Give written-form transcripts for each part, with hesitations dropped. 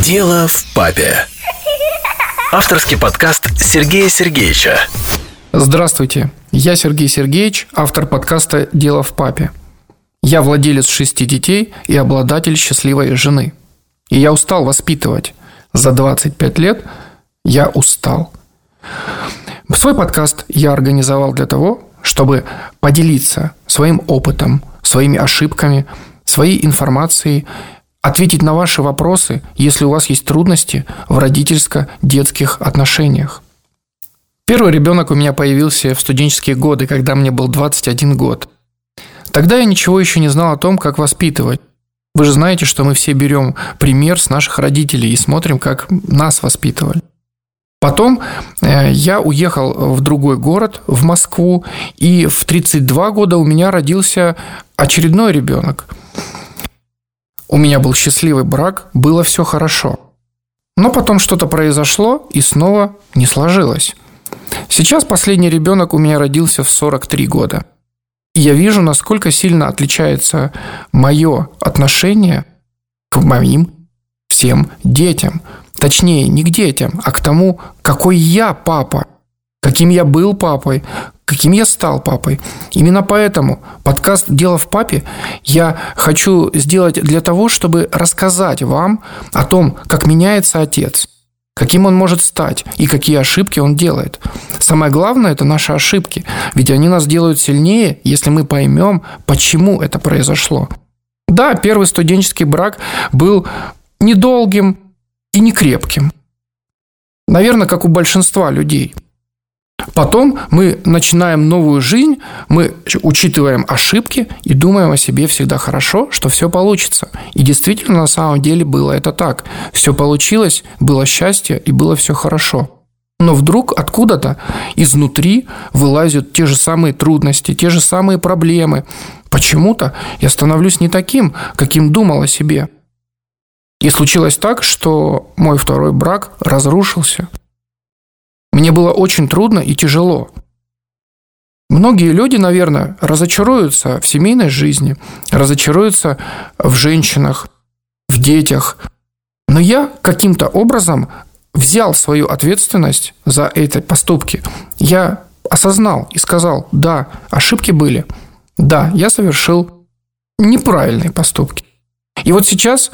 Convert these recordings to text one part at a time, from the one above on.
Дело в папе. Авторский подкаст Сергея Сергеевича. Здравствуйте, я Сергей Сергеевич, автор подкаста «Дело в папе». Я владелец 6 детей и обладатель счастливой жены. И я устал воспитывать. За 25 лет я устал. Свой подкаст я организовал для того, чтобы поделиться своим опытом, своими ошибками, своей информацией, ответить на ваши вопросы, если у вас есть трудности в родительско-детских отношениях. Первый ребенок у меня появился в студенческие годы, когда мне был 21 год. Тогда я ничего еще не знал о том, как воспитывать. Вы же знаете, что мы все берем пример с наших родителей и смотрим, как нас воспитывали. Потом я уехал в другой город, в Москву, и в 32 года у меня родился очередной ребенок. У меня был счастливый брак, было все хорошо. Но потом что-то произошло, и снова не сложилось. Сейчас последний ребенок у меня родился в 43 года. И я вижу, насколько сильно отличается мое отношение к моим всем детям. Точнее, не к детям, а к тому, какой я папа, каким я был папой, каким я стал папой. Именно поэтому подкаст «Дело в папе» я хочу сделать для того, чтобы рассказать вам о том, как меняется отец, каким он может стать и какие ошибки он делает. Самое главное – это наши ошибки, ведь они нас делают сильнее, если мы поймем, почему это произошло. Да, первый студенческий брак был недолгим и не крепким. Наверное, как у большинства людей. Потом мы начинаем новую жизнь, мы учитываем ошибки и думаем о себе всегда хорошо, что все получится. И действительно, на самом деле было это так. Все получилось, было счастье и было все хорошо. Но вдруг откуда-то изнутри вылазят те же самые трудности, те же самые проблемы. Почему-то я становлюсь не таким, каким думал о себе. И случилось так, что мой второй брак разрушился. Мне было очень трудно и тяжело. Многие люди, наверное, разочаруются в семейной жизни, разочаруются в женщинах, в детях. Но я каким-то образом взял свою ответственность за эти поступки. Я осознал и сказал: да, ошибки были. Да, я совершил неправильные поступки. И вот сейчас,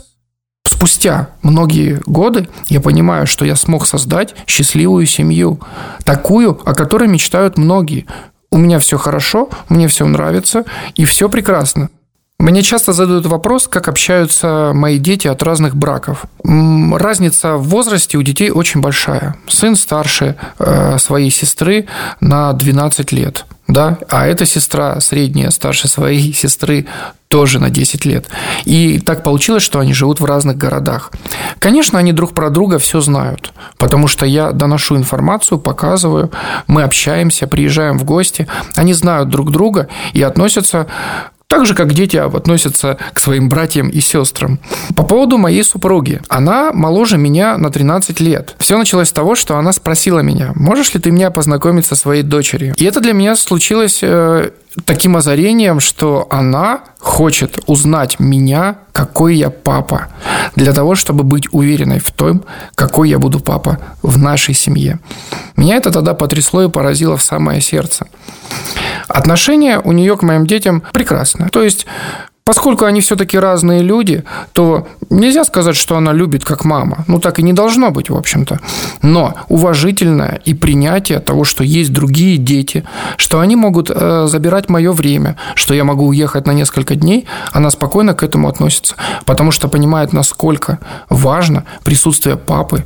спустя многие годы, я понимаю, что я смог создать счастливую семью, такую, о которой мечтают многие. У меня все хорошо, мне все нравится и все прекрасно. Мне часто задают вопрос, как общаются мои дети от разных браков. Разница в возрасте у детей очень большая. Сын старше своей сестры на 12 лет. Да? А эта сестра средняя, старше своей сестры, тоже на 10 лет. И так получилось, что они живут в разных городах. Конечно, они друг про друга все знают, потому что я доношу информацию, показываю, мы общаемся, приезжаем в гости, они знают друг друга и относятся так же, как дети относятся к своим братьям и сестрам. По поводу моей супруги. Она моложе меня на 13 лет. Все началось с того, что она спросила меня: можешь ли ты меня познакомить со своей дочерью? И это для меня случилось таким озарением, что она хочет узнать меня, какой я папа, для того, чтобы быть уверенной в том, какой я буду папа в нашей семье. Меня это тогда потрясло и поразило в самое сердце. Отношение у нее к моим детям прекрасное. То есть, поскольку они все-таки разные люди, то нельзя сказать, что она любит как мама. Ну, так и не должно быть, в общем-то. Но уважительное и принятие того, что есть другие дети, что они могут забирать мое время, что я могу уехать на несколько дней, она спокойно к этому относится, потому что понимает, насколько важно присутствие папы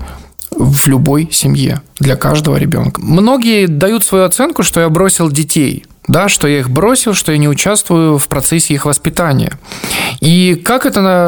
в любой семье для каждого ребенка. Многие дают свою оценку, что я бросил детей. Да, что я их бросил, что я не участвую в процессе их воспитания. И как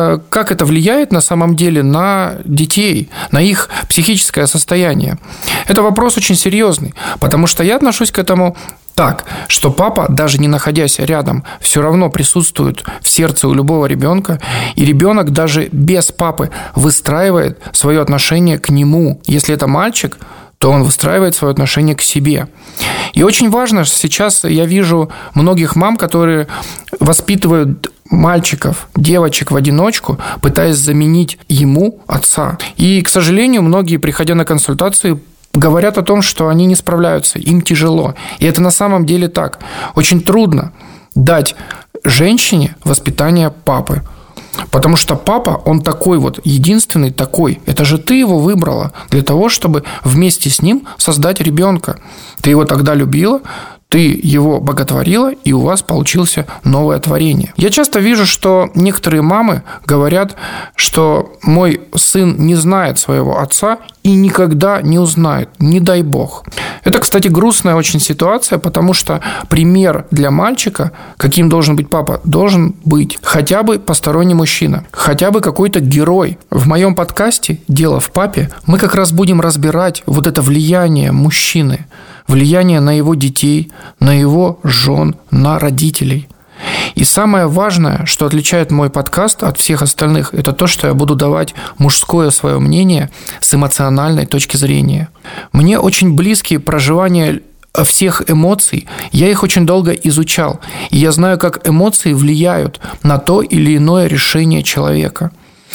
это влияет на самом деле на детей, на их психическое состояние? Это вопрос очень серьезный, потому что я отношусь к этому так, что папа, даже не находясь рядом, все равно присутствует в сердце у любого ребенка, и ребенок даже без папы выстраивает свое отношение к нему. Если это мальчик, то он выстраивает свое отношение к себе. И очень важно, сейчас я вижу многих мам, которые воспитывают мальчиков, девочек в одиночку, пытаясь заменить ему отца. И, к сожалению, многие, приходя на консультации, говорят о том, что они не справляются, им тяжело. И это на самом деле так. Очень трудно дать женщине воспитание папы. Потому что папа, он такой вот, единственный такой. Это же ты его выбрала для того, чтобы вместе с ним создать ребенка. Ты его тогда любила, ты его боготворила, и у вас получился новое творение. Я часто вижу, что некоторые мамы говорят, что мой сын не знает своего отца и никогда не узнает, не дай бог. Это, кстати, грустная очень ситуация, потому что пример для мальчика, каким должен быть папа, должен быть хотя бы посторонний мужчина, хотя бы какой-то герой. В моем подкасте «Дело в папе» мы как раз будем разбирать вот это влияние мужчины, влияние на его детей, на его жен, на родителей. И самое важное, что отличает мой подкаст от всех остальных, это то, что я буду давать мужское свое мнение с эмоциональной точки зрения. Мне очень близкие проживания всех эмоций, я их очень долго изучал, и я знаю, как эмоции влияют на то или иное решение человека.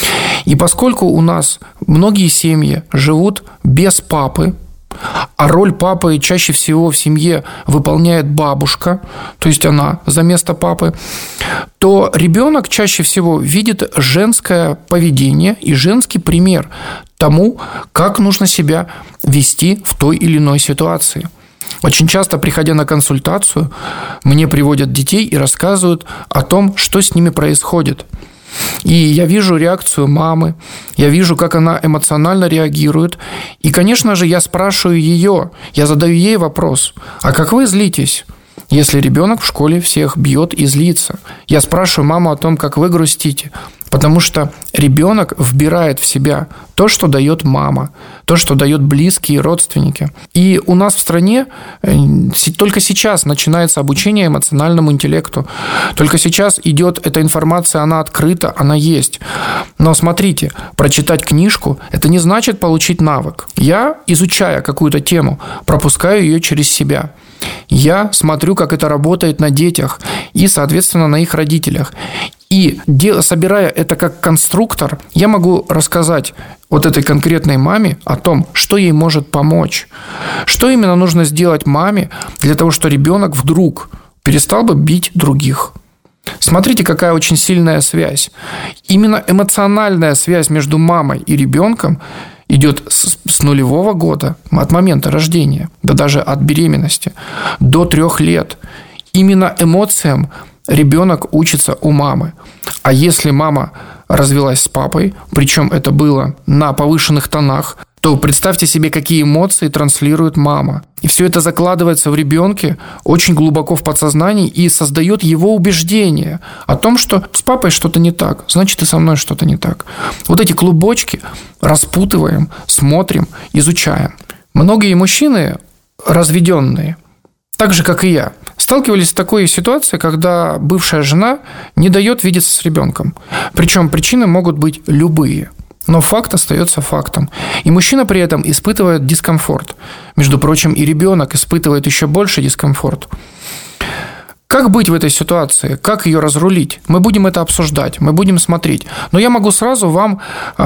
И поскольку у нас многие семьи живут без папы, а роль папы чаще всего в семье выполняет бабушка, то есть она за место папы, то ребенок чаще всего видит женское поведение и женский пример тому, как нужно себя вести в той или иной ситуации. Очень часто, приходя на консультацию, мне приводят детей и рассказывают о том, что с ними происходит. И я вижу реакцию мамы, я вижу, как она эмоционально реагирует. И, конечно же, я спрашиваю ее, я задаю ей вопрос: а как вы злитесь, если ребенок в школе всех бьет и злится? Я спрашиваю маму о том, как вы грустите, потому что ребенок вбирает в себя то, что дает мама, то, что дает близкие родственники. И у нас в стране только сейчас начинается обучение эмоциональному интеллекту. Только сейчас идет эта информация, она открыта, она есть. Но смотрите, прочитать книжку – это не значит получить навык. Я, изучая какую-то тему, пропускаю ее через себя. Я смотрю, как это работает на детях и, соответственно, на их родителях. И собирая это как конструктор, я могу рассказать вот этой конкретной маме о том, что ей может помочь. Что именно нужно сделать маме для того, чтобы ребенок вдруг перестал бы бить других. Смотрите, какая очень сильная связь. Именно эмоциональная связь между мамой и ребенком идет с 0 года, от момента рождения, да даже от беременности, до 3 лет. Именно эмоциям ребенок учится у мамы. А если мама развелась с папой, причем это было на повышенных тонах, то представьте себе, какие эмоции транслирует мама. И все это закладывается в ребенке очень глубоко в подсознании и создает его убеждение о том, что с папой что-то не так, значит, и со мной что-то не так. Вот эти клубочки распутываем, смотрим, изучаем. Многие мужчины разведенные, так же, как и я, сталкивались с такой ситуацией, когда бывшая жена не дает видеться с ребенком. Причем причины могут быть любые. Но факт остается фактом. И мужчина при этом испытывает дискомфорт. Между прочим, и ребенок испытывает еще больше дискомфорт. Как быть в этой ситуации? Как ее разрулить? Мы будем это обсуждать, мы будем смотреть. Но я могу сразу вам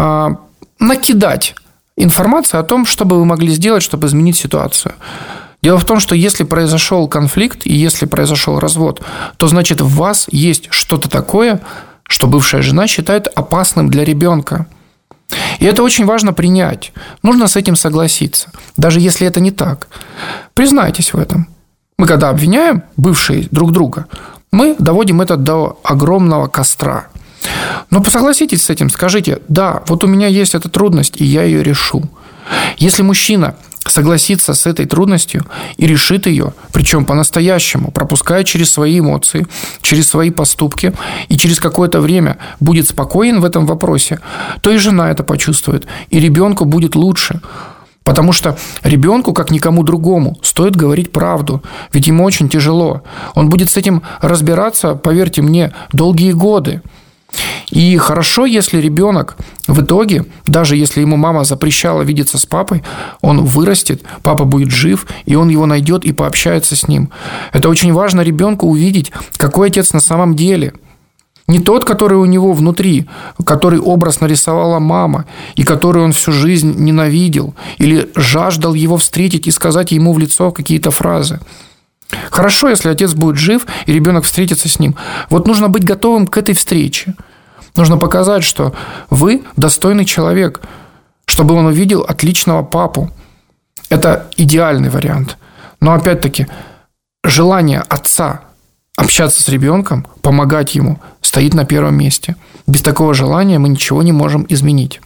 накидать информацию о том, что бы вы могли сделать, чтобы изменить ситуацию. Дело в том, что если произошел конфликт и если произошел развод, то значит в вас есть что-то такое, что бывшая жена считает опасным для ребенка. И это очень важно принять. Нужно с этим согласиться, даже если это не так. Признайтесь в этом. Мы когда обвиняем бывшие друг друга, мы доводим это до огромного костра. Но согласитесь с этим, скажите: да, вот у меня есть эта трудность, и я ее решу. Если мужчина согласится с этой трудностью и решит ее, причем по-настоящему, пропуская через свои эмоции, через свои поступки, и через какое-то время будет спокоен в этом вопросе, то и жена это почувствует, и ребенку будет лучше. Потому что ребенку, как никому другому, стоит говорить правду, ведь ему очень тяжело. Он будет с этим разбираться, поверьте мне, долгие годы. И хорошо, если ребенок в итоге, даже если ему мама запрещала видеться с папой, он вырастет, папа будет жив, и он его найдет и пообщается с ним. Это очень важно ребенку увидеть, какой отец на самом деле. Не тот, который у него внутри, который образ нарисовала мама, и который он всю жизнь ненавидел, или жаждал его встретить и сказать ему в лицо какие-то фразы. Хорошо, если отец будет жив, и ребенок встретится с ним. Вот нужно быть готовым к этой встрече. Нужно показать, что вы достойный человек, чтобы он увидел отличного папу. Это идеальный вариант. Но опять-таки, желание отца общаться с ребенком, помогать ему, стоит на первом месте. Без такого желания мы ничего не можем изменить.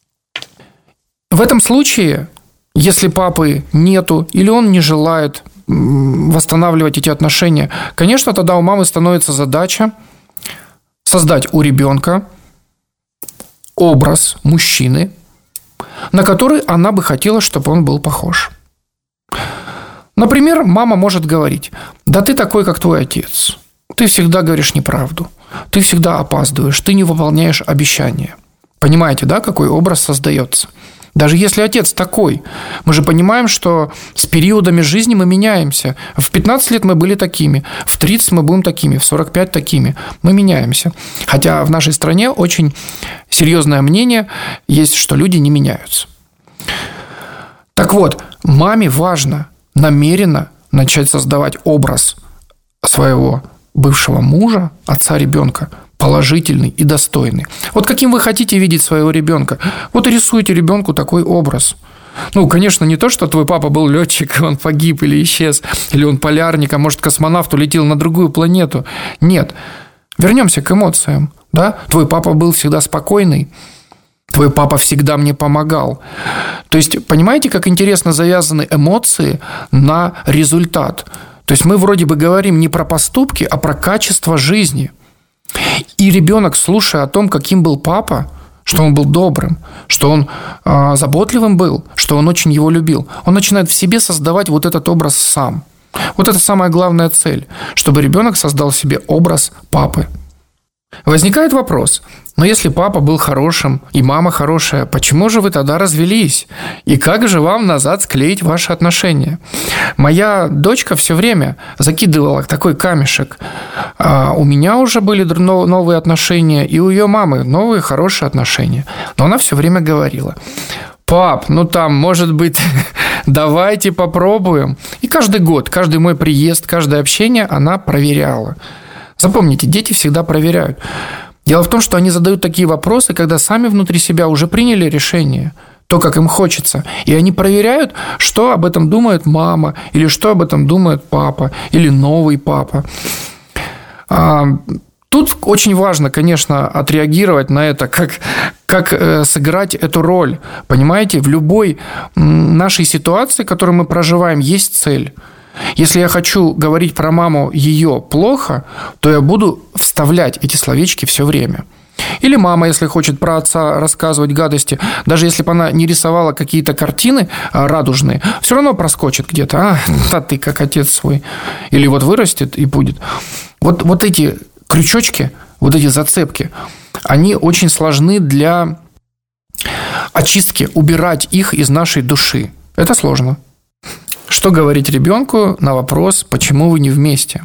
В этом случае, если папы нету или он не желает восстанавливать эти отношения, конечно, тогда у мамы становится задача создать у ребенка образ мужчины, на который она бы хотела, чтобы он был похож. Например, мама может говорить: да ты такой, как твой отец. Ты всегда говоришь неправду. Ты всегда опаздываешь. Ты не выполняешь обещания. Понимаете, да, какой образ создается? Даже если отец такой, мы же понимаем, что с периодами жизни мы меняемся. В 15 лет мы были такими, в 30 мы будем такими, в 45 такими. Мы меняемся. Хотя в нашей стране очень серьезное мнение есть, что люди не меняются. Так вот, маме важно намеренно начать создавать образ своего бывшего мужа, отца ребенка, положительный и достойный. Вот каким вы хотите видеть своего ребенка, вот и рисуйте ребенку такой образ. Ну, конечно, не то, что твой папа был летчик, он погиб или исчез, или он полярник, а может, космонавт улетел на другую планету. Нет. Вернемся к эмоциям. Да? Твой папа был всегда спокойный. Твой папа всегда мне помогал. То есть, понимаете, как интересно завязаны эмоции на результат? То есть, мы вроде бы говорим не про поступки, а про качество жизни. И ребенок, слушая о том, каким был папа, что он был добрым, что он заботливым был, что он очень его любил, он начинает в себе создавать вот этот образ сам. Вот это самая главная цель, чтобы ребенок создал себе образ папы. Возникает вопрос: но если папа был хорошим и мама хорошая, почему же вы тогда развелись? И как же вам назад склеить ваши отношения? Моя дочка все время закидывала такой камешек. У меня уже были новые отношения, и у ее мамы новые хорошие отношения. Но она все время говорила: пап, ну там, может быть, давайте попробуем. И каждый год, каждый мой приезд, каждое общение она проверяла. Запомните, дети всегда проверяют. Дело в том, что они задают такие вопросы, когда сами внутри себя уже приняли решение, то, как им хочется. И они проверяют, что об этом думает мама, или что об этом думает папа, или новый папа. Тут очень важно, конечно, отреагировать на это, как сыграть эту роль. Понимаете, в любой нашей ситуации, которую мы проживаем, есть цель. Если я хочу говорить про маму ее плохо, то я буду вставлять эти словечки все время. Или мама, если хочет про отца рассказывать гадости, даже если бы она не рисовала какие-то картины радужные, все равно проскочит где-то. Да ты как отец свой. Или вот вырастет и будет. Вот эти крючочки, вот эти зацепки, они очень сложны для очистки, убирать их из нашей души. Это сложно. Что говорить ребенку на вопрос, почему вы не вместе?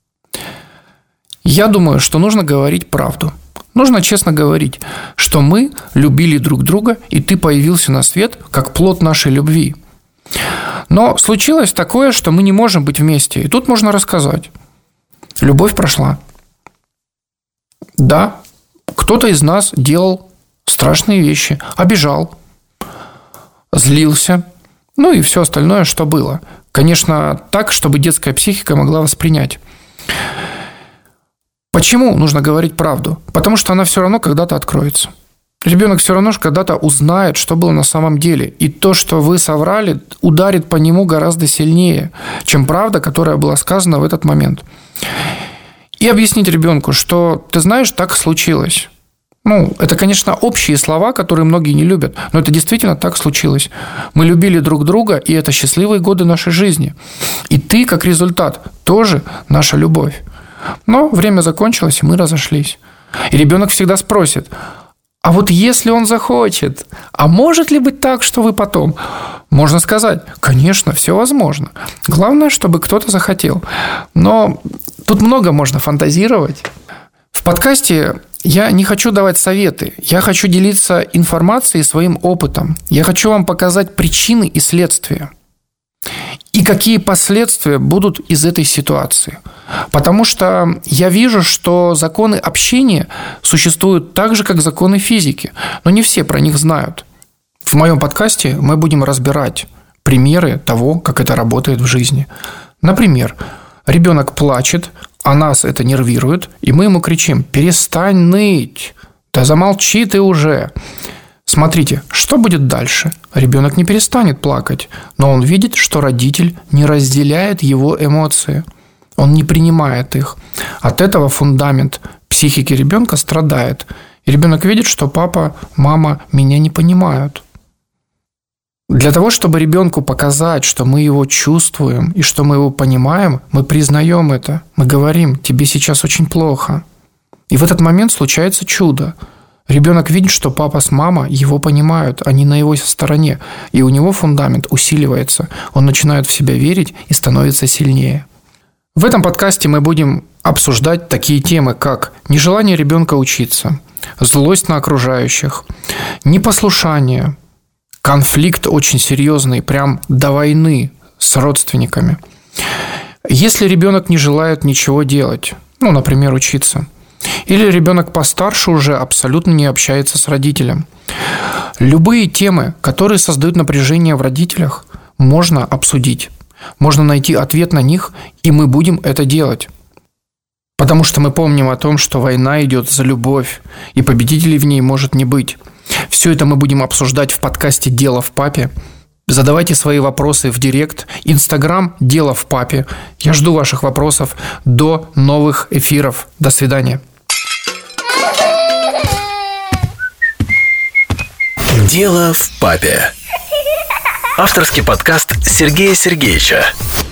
Я думаю, что нужно говорить правду. Нужно честно говорить, что мы любили друг друга, и ты появился на свет как плод нашей любви. Но случилось такое, что мы не можем быть вместе. И тут можно рассказать. Любовь прошла. Да, кто-то из нас делал страшные вещи, обижал, злился. Ну и все остальное, что было. Конечно, так, чтобы детская психика могла воспринять. Почему нужно говорить правду? Потому что она все равно когда-то откроется. Ребенок все равно когда-то узнает, что было на самом деле. И то, что вы соврали, ударит по нему гораздо сильнее, чем правда, которая была сказана в этот момент. И объяснить ребенку, что, ты знаешь, так случилось. Это, конечно, общие слова, которые многие не любят, но это действительно так случилось. Мы любили друг друга, и это счастливые годы нашей жизни. И ты, как результат, тоже наша любовь. Но время закончилось, и мы разошлись. И ребенок всегда спросит: а вот если он захочет, а может ли быть так, что вы потом? Можно сказать: конечно, все возможно. Главное, чтобы кто-то захотел. Но тут много можно фантазировать. В подкасте я не хочу давать советы, я хочу делиться информацией и своим опытом. Я хочу вам показать причины и следствия. И какие последствия будут из этой ситуации. Потому что я вижу, что законы общения существуют так же, как законы физики, но не все про них знают. В моем подкасте мы будем разбирать примеры того, как это работает в жизни. Например, ребенок плачет, а нас это нервирует, и мы ему кричим: «Перестань ныть! Да замолчи ты уже!» Смотрите, что будет дальше? Ребенок не перестанет плакать, но он видит, что родитель не разделяет его эмоции. Он не принимает их. От этого фундамент психики ребенка страдает. И ребенок видит, что папа, мама меня не понимают. Для того, чтобы ребенку показать, что мы его чувствуем и что мы его понимаем, мы признаем это. Мы говорим: «Тебе сейчас очень плохо». И в этот момент случается чудо. Ребенок видит, что папа с мамой его понимают, они на его стороне, и у него фундамент усиливается. Он начинает в себя верить и становится сильнее. В этом подкасте мы будем обсуждать такие темы, как нежелание ребенка учиться, злость на окружающих, непослушание, конфликт очень серьезный, прям до войны с родственниками. Если ребенок не желает ничего делать, например, учиться, или ребенок постарше уже абсолютно не общается с родителем. Любые темы, которые создают напряжение в родителях, можно обсудить. Можно найти ответ на них, и мы будем это делать. Потому что мы помним о том, что война идет за любовь, и победителей в ней может не быть. Все это мы будем обсуждать в подкасте «Дело в папе». Задавайте свои вопросы в директ. Инстаграм «Дело в папе». Я жду ваших вопросов. До новых эфиров. До свидания. «Дело в папе». Авторский подкаст Сергея Сергеевича.